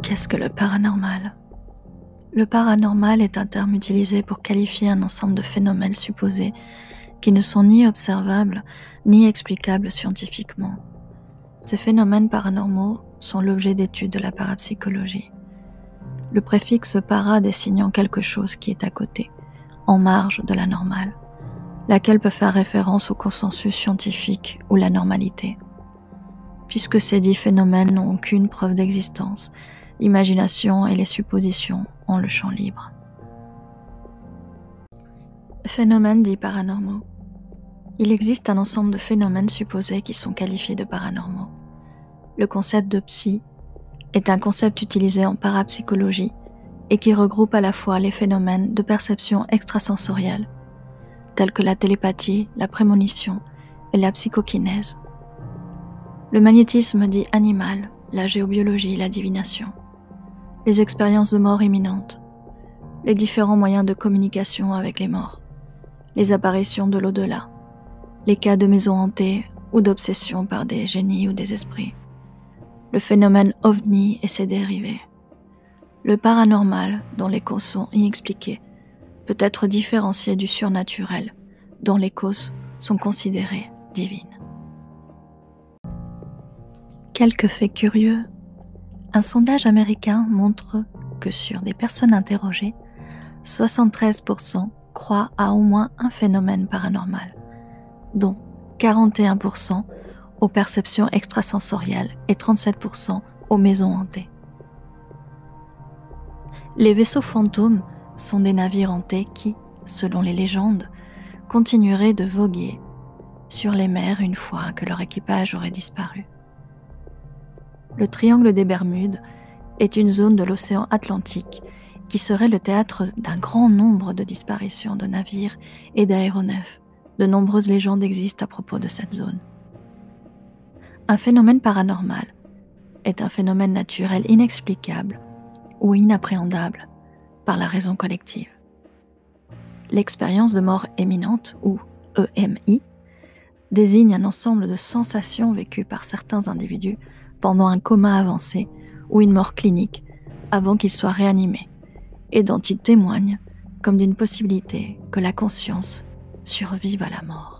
Qu'est-ce que le paranormal ? Le paranormal est un terme utilisé pour qualifier un ensemble de phénomènes supposés qui ne sont ni observables ni explicables scientifiquement. Ces phénomènes paranormaux sont l'objet d'études de la parapsychologie. Le préfixe para désignant quelque chose qui est à côté, en marge de la normale, laquelle peut faire référence au consensus scientifique ou la normalité. Puisque ces dits phénomènes n'ont aucune preuve d'existence, l'imagination et les suppositions ont le champ libre. Phénomènes dits paranormaux. Il existe un ensemble de phénomènes supposés qui sont qualifiés de paranormaux. Le concept de psy est un concept utilisé en parapsychologie et qui regroupe à la fois les phénomènes de perception extrasensorielle, tels que la télépathie, la prémonition et la psychokinèse. Le magnétisme dit animal, la géobiologie, la divination, les expériences de mort imminente, les différents moyens de communication avec les morts, les apparitions de l'au-delà, les cas de maisons hantées ou d'obsession par des génies ou des esprits, le phénomène ovni et ses dérivés. Le paranormal, dont les causes sont inexpliquées, peut être différencié du surnaturel, dont les causes sont considérées divines. Quelques faits curieux. Un sondage américain montre que sur des personnes interrogées, 73% croient à au moins un phénomène paranormal, dont 41% aux perceptions extrasensorielles et 37% aux maisons hantées. Les vaisseaux fantômes sont des navires hantés qui, selon les légendes, continueraient de voguer sur les mers une fois que leur équipage aurait disparu. Le triangle des Bermudes est une zone de l'océan Atlantique qui serait le théâtre d'un grand nombre de disparitions de navires et d'aéronefs. De nombreuses légendes existent à propos de cette zone. Un phénomène paranormal est un phénomène naturel inexplicable ou inappréhendable par la raison collective. L'expérience de mort imminente, ou EMI, désigne un ensemble de sensations vécues par certains individus pendant un coma avancé ou une mort clinique avant qu'ils soient réanimés, et dont ils témoignent comme d'une possibilité que la conscience survive à la mort.